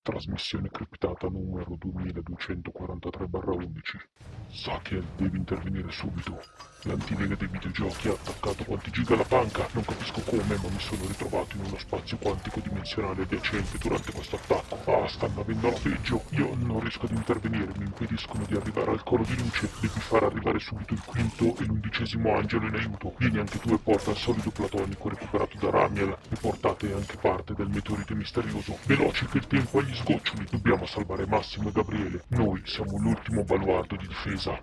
Trasmissione criptata numero 2243/11. Sakiel, devi intervenire subito. L'antilega dei videogiochi ha attaccato quanti giga la banca. Non capisco come, ma mi sono ritrovato in uno spazio quantico dimensionale adiacente durante questo attacco. Stanno avendo la peggio. Io non riesco ad intervenire, mi impediscono di arrivare al coro di luce. Devi far arrivare subito il quinto e l'11° angelo in aiuto. Vieni anche tu e porta il solido platonico recuperato da Ramiel e portate anche parte del meteorite misterioso. Veloci che il tempo agli sgoccioli. Dobbiamo salvare Massimo e Gabriele. Noi siamo l'ultimo baluardo di difesa.